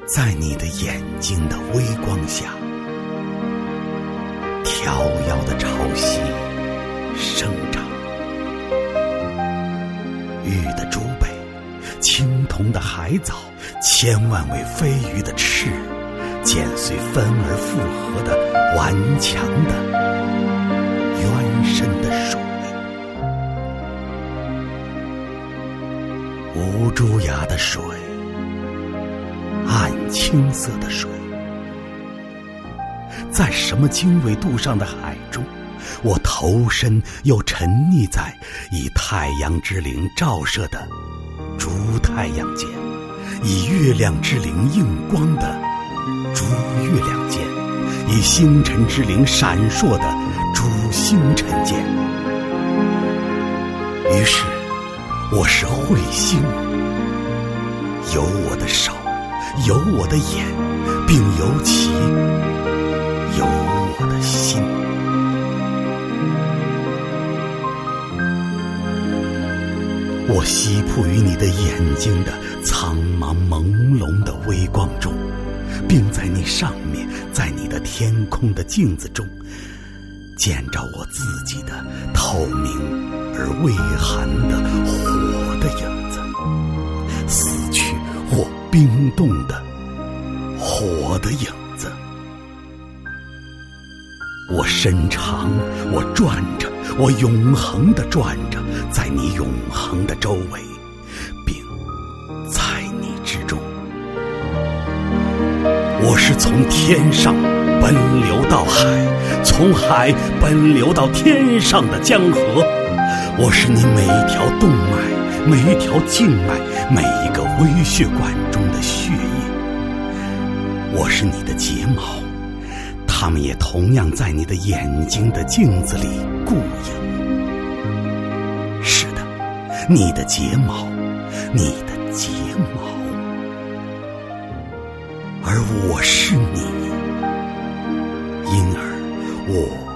在你的眼睛的微光下，飘摇的潮汐生长。玉的珠贝，青铜的海藻，千万尾飞鱼的翅，剪碎分而复合的顽强的渊深的水，无珠崖的水，暗青色的水，在什么经纬度上的海中，我投身又沉溺在以太阳之灵照射的烛太阳间，以月亮之灵映光的烛月亮间，以星辰之灵闪烁的烛星辰间。于是我是彗星，有我的手，有我的眼，并尤其有我的心。我吸附于你的眼睛的苍茫朦胧的微光中，并在你上面，在你的天空的镜子中，见着我自己的透明而微寒的火的影子，死去或冰冻的火的影子。我伸长，我转着，我永恒地转着，在你永恒的周围，并在你之中。我是从天上奔流到海，从海奔流到天上的江河。我是你每一条动脉，每一条静脉，每一个微血管中的血液。我是你的睫毛，它们也同样在你的眼睛的镜子里固影。是的，你的睫毛，你的睫毛，而我是你，因而我